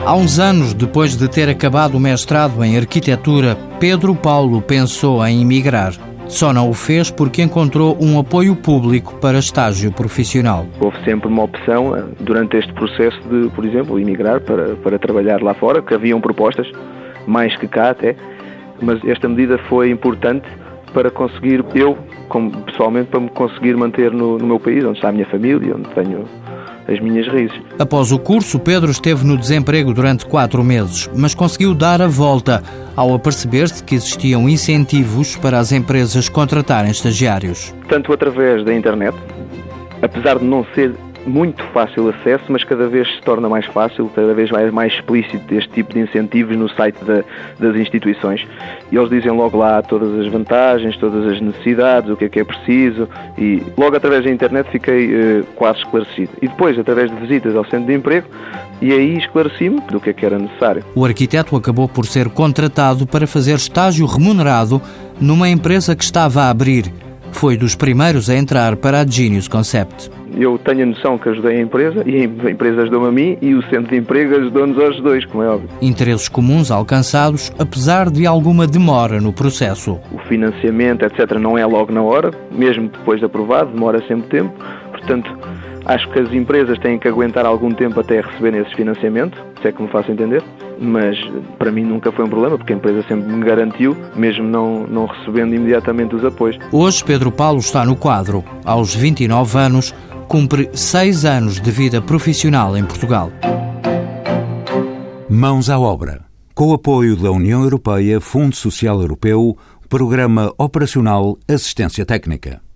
Há uns anos, depois de ter acabado o mestrado em arquitetura, Pedro Paulo pensou em emigrar. Só não o fez porque encontrou um apoio público para estágio profissional. Houve sempre uma opção durante este processo de, por exemplo, emigrar para trabalhar lá fora, que haviam propostas, mais que cá até, mas esta medida foi importante para conseguir, pessoalmente, para me conseguir manter no meu país, onde está a minha família, onde tenho as minhas raízes. Após o curso, Pedro esteve no desemprego durante 4 meses, mas conseguiu dar a volta ao aperceber-se que existiam incentivos para as empresas contratarem estagiários. Tanto através da internet, apesar de não ser muito fácil acesso, mas cada vez se torna mais fácil, cada vez mais explícito este tipo de incentivos no site das instituições. E eles dizem logo lá todas as vantagens, todas as necessidades, o que é preciso, e logo através da internet fiquei quase esclarecido. E depois, através de visitas ao centro de emprego, e aí esclareci-me do que era necessário. O arquiteto acabou por ser contratado para fazer estágio remunerado numa empresa que estava a abrir. Foi dos primeiros a entrar para a Genius Concept. Eu tenho a noção que ajudei a empresa e a empresa ajudou-me a mim e o centro de emprego ajudou-nos aos dois, como é óbvio. Interesses comuns alcançados, apesar de alguma demora no processo. O financiamento, etc., não é logo na hora, mesmo depois de aprovado, demora sempre tempo. Portanto, acho que as empresas têm que aguentar algum tempo até receberem esse financiamento, se é que me faço entender. Mas para mim nunca foi um problema, porque a empresa sempre me garantiu, mesmo não recebendo imediatamente os apoios. Hoje, Pedro Paulo está no quadro. Aos 29 anos, cumpre 6 anos de vida profissional em Portugal. Mãos à obra. Com o apoio da União Europeia, Fundo Social Europeu, Programa Operacional Assistência Técnica.